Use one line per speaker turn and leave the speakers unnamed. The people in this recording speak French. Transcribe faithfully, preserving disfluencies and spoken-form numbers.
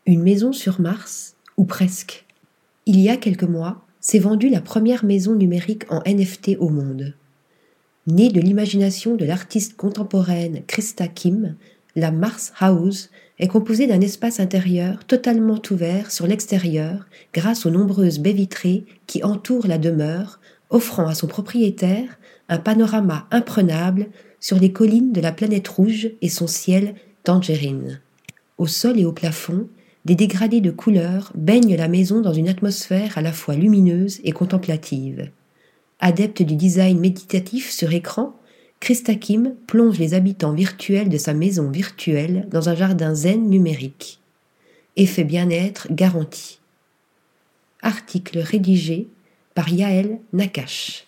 Une maison sur Mars, ou presque. Il y a quelques mois, s'est vendue la première maison numérique en N F T au monde. Née de l'imagination de l'artiste contemporaine Krista Kim, la Mars House est composée d'un espace intérieur totalement ouvert sur l'extérieur grâce aux nombreuses baies vitrées qui entourent la demeure, offrant à son propriétaire un panorama imprenable sur les collines de la planète rouge et son ciel tangerine. Au sol et au plafond, des dégradés de couleurs baignent la maison dans une atmosphère à la fois lumineuse et contemplative. Adepte du design méditatif sur écran, Krista Kim plonge les habitants virtuels de sa maison virtuelle dans un jardin zen numérique. Effet bien-être garanti. Article rédigé par Yael Nakache.